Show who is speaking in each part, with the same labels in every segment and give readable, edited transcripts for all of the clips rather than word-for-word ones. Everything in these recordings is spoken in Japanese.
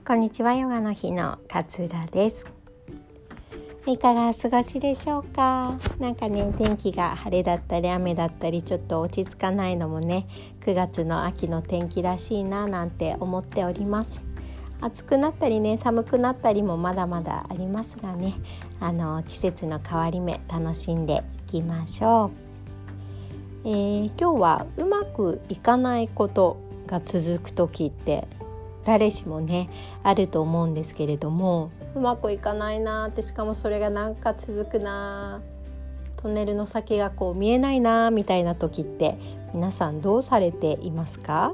Speaker 1: こんにちは。ヨガの日の勝浦です。いかがお過ごしでしょうか。なんかね、天気が晴れだったり雨だったりちょっと落ち着かないのもね、9月の秋の天気らしいななんて思っております。暑くなったりね、寒くなったりもまだまだありますがね、季節の変わり目楽しんでいきましょう。今日はうまくいかないことが続く時って誰しもねあると思うんですけれども、うまくいかないなって、しかもそれがなんか続くな、トンネルの先がこう見えないなみたいな時って皆さんどうされていますか？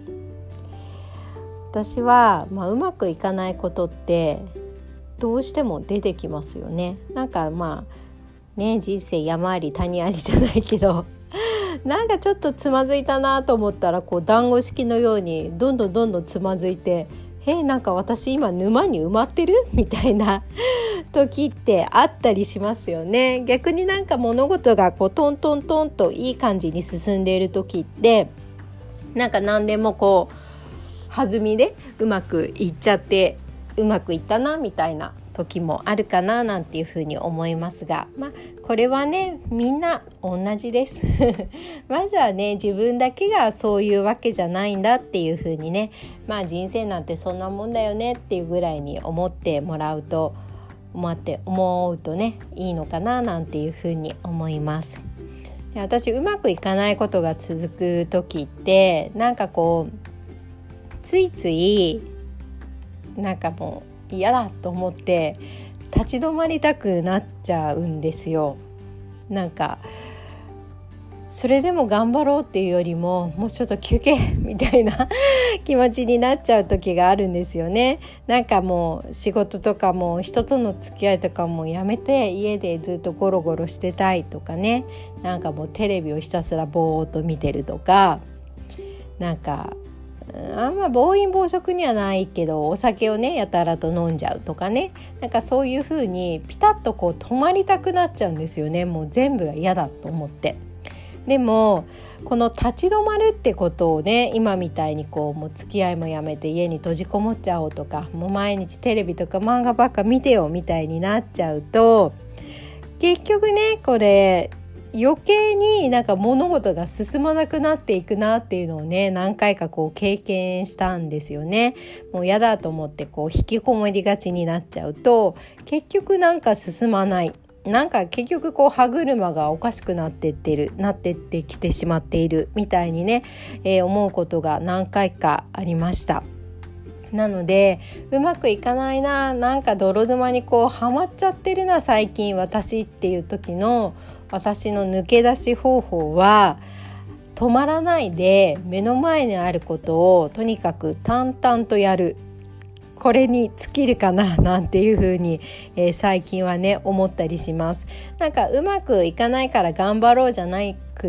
Speaker 1: 私は、うまくいかないことってどうしても出てきますよね。なんか人生山あり谷ありじゃないけどなんかちょっとつまずいたなと思ったら、こう団子式のようにどんどんつまずいて、なんか私今沼に埋まってるみたいな時ってあったりしますよね。逆になんか物事がこうトントントンといい感じに進んでいる時って、なんか何でもこう弾みでうまくいっちゃって、うまくいったなみたいな時もあるかななんていうふうに思いますが、これはねみんな同じですまずはね、自分だけがそういうわけじゃないんだっていうふうにね、人生なんてそんなもんだよねっていうぐらいに思ってもらうと思うとねいいのかななんていうふうに思います。で、私うまくいかないことが続く時ってなんかこうついついなんかもう嫌だと思って立ち止まりたくなっちゃうんですよ。なんかそれでも頑張ろうっていうよりももうちょっと休憩みたいな気持ちになっちゃう時があるんですよね。なんかもう仕事とかも人との付き合いとかもやめて家でずっとゴロゴロしてたいとかね、なんかもうテレビをひたすらぼーっと見てるとか、なんかあんま暴飲暴食にはないけどお酒をねやたらと飲んじゃうとかね、なんかそういう風にピタッとこう止まりたくなっちゃうんですよね。もう全部が嫌だと思って。でもこの立ち止まるってことをね、今みたいにこうもう付き合いもやめて家に閉じこもっちゃおうとか、もう毎日テレビとか漫画ばっか見てよみたいになっちゃうと、結局ねこれ余計になんか物事が進まなくなっていくなっていうのをね何回かこう経験したんですよね。もう嫌だと思ってこう引きこもりがちになっちゃうと結局なんか進まない、なんか結局こう歯車がおかしくなってってきてしまっているみたいにね、思うことが何回かありました。なのでうまくいかないな、なんか泥沼にこうハマっちゃってるな最近私っていう時の私の抜け出し方法は、止まらないで目の前にあることをとにかく淡々とやる、これに尽きるかななんていう風に、最近はね思ったりします。なんかうまくいかないから頑張ろうじゃなくって、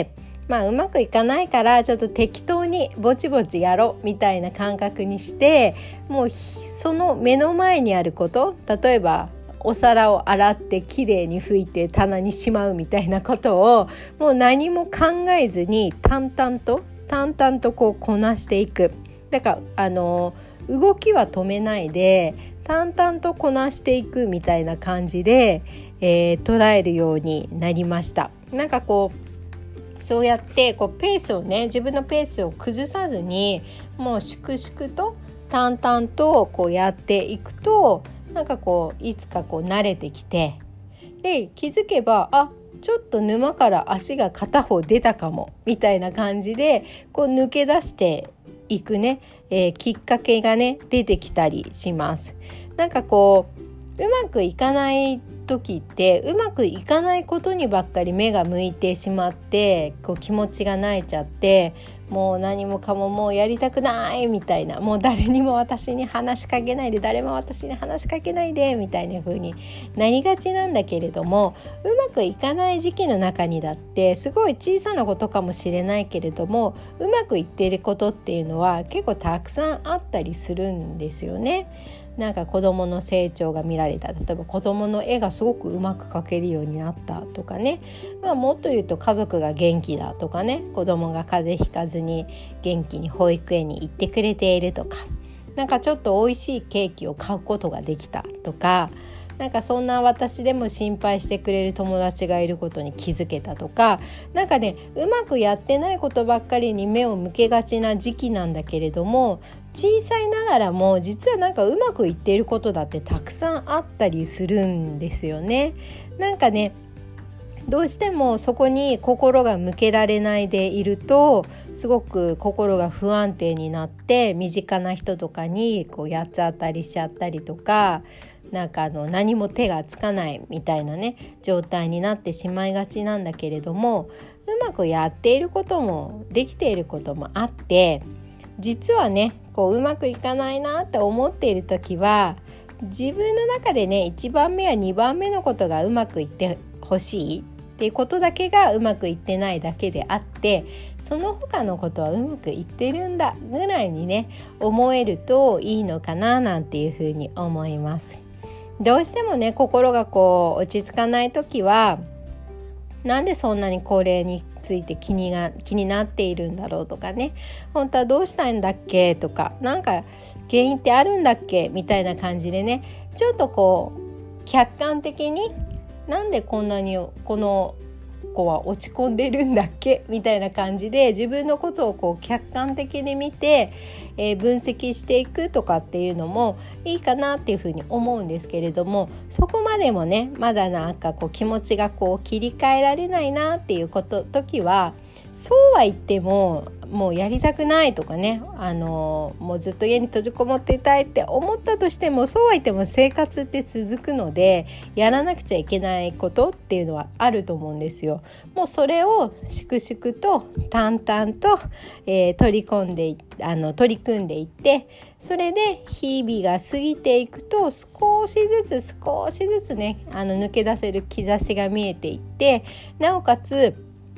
Speaker 1: うまくいかないからちょっと適当にぼちぼちやろうみたいな感覚にして、もうその目の前にあること、例えばお皿を洗ってきれいに拭いて棚にしまうみたいなことをもう何も考えずに淡々とこうこなしていく。だから動きは止めないで淡々とこなしていくみたいな感じで、捉えるようになりました。なんかこうそうやってこうペースをね、自分のペースを崩さずにもう粛々と淡々とこうやっていくと、なんかこういつかこう慣れてきて、で気づけばちょっと沼から足が片方出たかもみたいな感じでこう抜け出していくね、きっかけがね出てきたりします。なんかこううまくいかない時ってうまくいかないことにばっかり目が向いてしまって、こう気持ちが泣いちゃって、もう何もかももうやりたくないみたいな、もう誰にも私に話しかけないで、誰も私に話しかけないでみたいな風になりがちなんだけれども、うまくいかない時期の中にだってすごい小さなことかもしれないけれども、うまくいっていることっていうのは結構たくさんあったりするんですよね。なんか子供の成長が見られた、例えば子供の絵がすごくうまく描けるようになったとかね、もっと言うと家族が元気だとかね、子供が風邪ひかずに元気に保育園に行ってくれているとか、 なんかちょっと美味しいケーキを買うことができたとか、なんかそんな私でも心配してくれる友達がいることに気づけたとか、なんかね、うまくやってないことばっかりに目を向けがちな時期なんだけれども、小さいながらも実はなんかうまくいっていることだってたくさんあったりするんですよね。なんかね、どうしてもそこに心が向けられないでいると、すごく心が不安定になって、身近な人とかにこうやっちゃったりしちゃったりとか、なんか何も手がつかないみたいなね状態になってしまいがちなんだけれども、うまくやっていることもできていることもあって、実はねこううまくいかないなって思っている時は、自分の中でね1番目や2番目のことがうまくいってほしいっていうことだけがうまくいってないだけであって、その他のことはうまくいってるんだぐらいにね思えるといいのかななんていうふうに思います。どうしてもね心がこう落ち着かない時は、なんでそんなにこれについて気になっているんだろうとかね、本当はどうしたいんだっけとか、なんか原因ってあるんだっけみたいな感じでね、ちょっとこう客観的に、なんでこんなにこの子は落ち込んでるんだっけみたいな感じで、自分のことをこう客観的に見て、分析していくとかっていうのもいいかなっていうふうに思うんですけれども、そこまでもねまだなんかこう気持ちがこう切り替えられないなっていう時は、そうは言ってももうやりたくないとかね、もうずっと家に閉じこもっていたいって思ったとしても、そうは言っても生活って続くので、やらなくちゃいけないことっていうのはあると思うんですよ。もうそれを粛々と淡々と、取り組んでいって、それで日々が過ぎていくと、少しずつね抜け出せる兆しが見えていって、なおかつ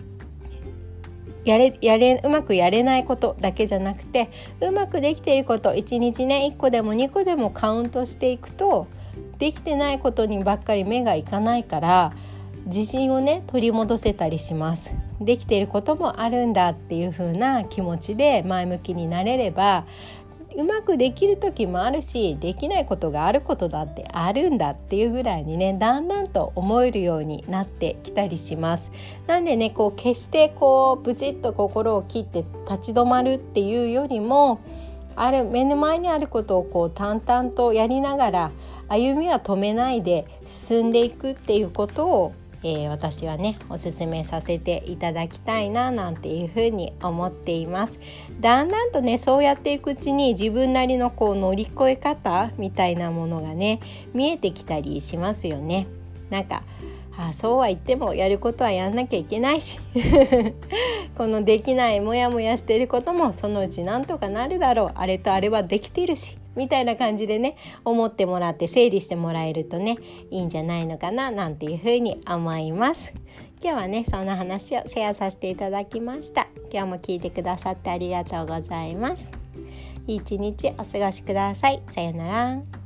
Speaker 1: うまくやれないことだけじゃなくて、うまくできていること、1日ね1個でも2個でもカウントしていくと、できてないことにばっかり目がいかないから、自信をね取り戻せたりします。できていることもあるんだっていう風な気持ちで前向きになれれば、うまくできる時もあるし、できないことがあることだってあるんだっていうぐらいにね、だんだんと思えるようになってきたりします。なんでねこう決してこうブチッと心を切って立ち止まるっていうよりも、目の前にあることをこう淡々とやりながら、歩みは止めないで進んでいくっていうことを、私はねおすすめさせていただきたいななんていうふうに思っています。だんだんとねそうやっていくうちに、自分なりのこう乗り越え方みたいなものがね見えてきたりしますよね。なんかそうは言ってもやることはやんなきゃいけないしこのできないモヤモヤしていることもそのうちなんとかなるだろう、あれとあれはできているしみたいな感じでね思ってもらって、整理してもらえるとねいいんじゃないのかななんていうふうに思います。今日はねそんな話をシェアさせていただきました。今日も聞いてくださってありがとうございます。いい一日お過ごしください。さよなら。